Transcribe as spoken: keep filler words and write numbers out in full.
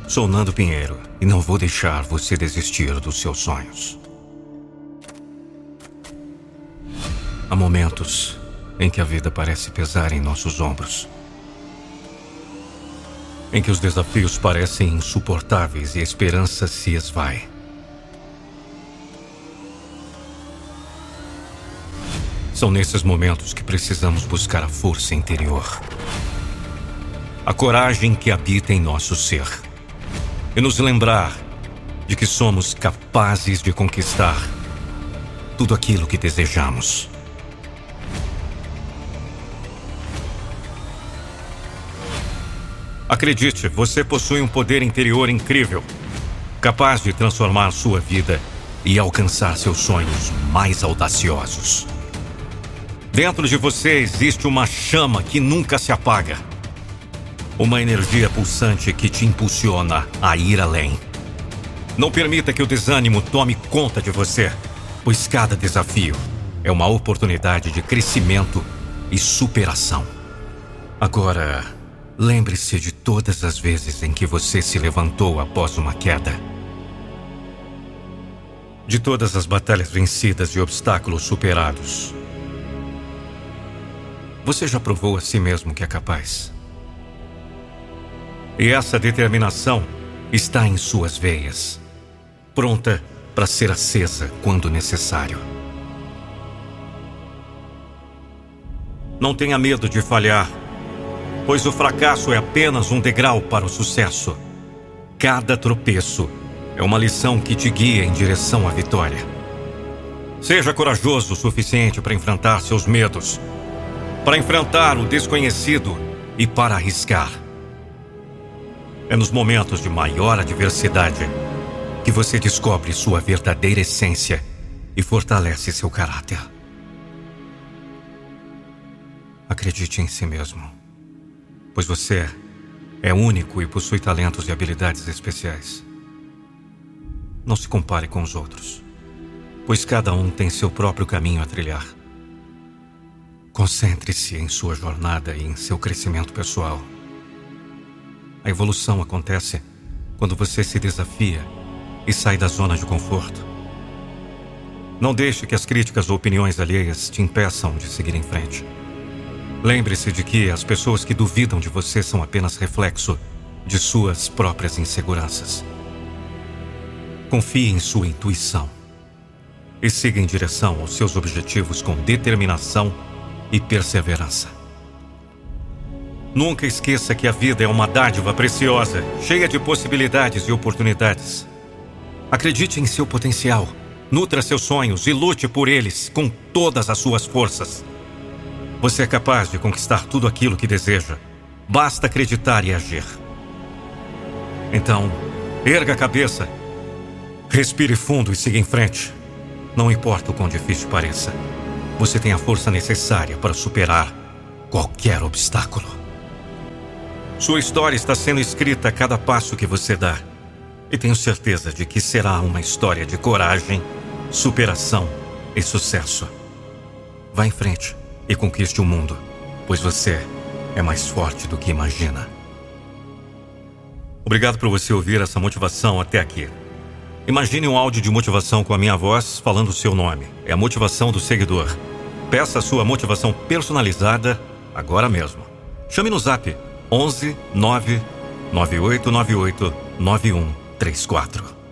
Sou Nando Pinheiro e não vou deixar você desistir dos seus sonhos. Há momentos em que a vida parece pesar em nossos ombros, em que os desafios parecem insuportáveis e a esperança se esvai. São nesses momentos que precisamos buscar a força interior, a coragem que habita em nosso ser, e nos lembrar de que somos capazes de conquistar tudo aquilo que desejamos. Acredite, você possui um poder interior incrível, capaz de transformar sua vida e alcançar seus sonhos mais audaciosos. Dentro de você existe uma chama que nunca se apaga. Uma energia pulsante que te impulsiona a ir além. Não permita que o desânimo tome conta de você, pois cada desafio é uma oportunidade de crescimento e superação. Agora, lembre-se de todas as vezes em que você se levantou após uma queda. De todas as batalhas vencidas e obstáculos superados. Você já provou a si mesmo que é capaz. E essa determinação está em suas veias, pronta para ser acesa quando necessário. Não tenha medo de falhar, pois o fracasso é apenas um degrau para o sucesso. Cada tropeço é uma lição que te guia em direção à vitória. Seja corajoso o suficiente para enfrentar seus medos, para enfrentar o desconhecido e para arriscar. É nos momentos de maior adversidade que você descobre sua verdadeira essência e fortalece seu caráter. Acredite em si mesmo, pois você é único e possui talentos e habilidades especiais. Não se compare com os outros, pois cada um tem seu próprio caminho a trilhar. Concentre-se em sua jornada e em seu crescimento pessoal. A evolução acontece quando você se desafia e sai da zona de conforto. Não deixe que as críticas ou opiniões alheias te impeçam de seguir em frente. Lembre-se de que as pessoas que duvidam de você são apenas reflexo de suas próprias inseguranças. Confie em sua intuição e siga em direção aos seus objetivos com determinação e perseverança. Nunca esqueça que a vida é uma dádiva preciosa, cheia de possibilidades e oportunidades. Acredite em seu potencial, nutra seus sonhos e lute por eles com todas as suas forças. Você é capaz de conquistar tudo aquilo que deseja. Basta acreditar e agir. Então, erga a cabeça, respire fundo e siga em frente. Não importa o quão difícil pareça, você tem a força necessária para superar qualquer obstáculo. Sua história está sendo escrita a cada passo que você dá. E tenho certeza de que será uma história de coragem, superação e sucesso. Vá em frente e conquiste o mundo, pois você é mais forte do que imagina. Obrigado por você ouvir essa motivação até aqui. Imagine um áudio de motivação com a minha voz falando o seu nome. É a motivação do seguidor. Peça a sua motivação personalizada agora mesmo. Chame no Zap onze nove nove oito nove oito nove um três quatro.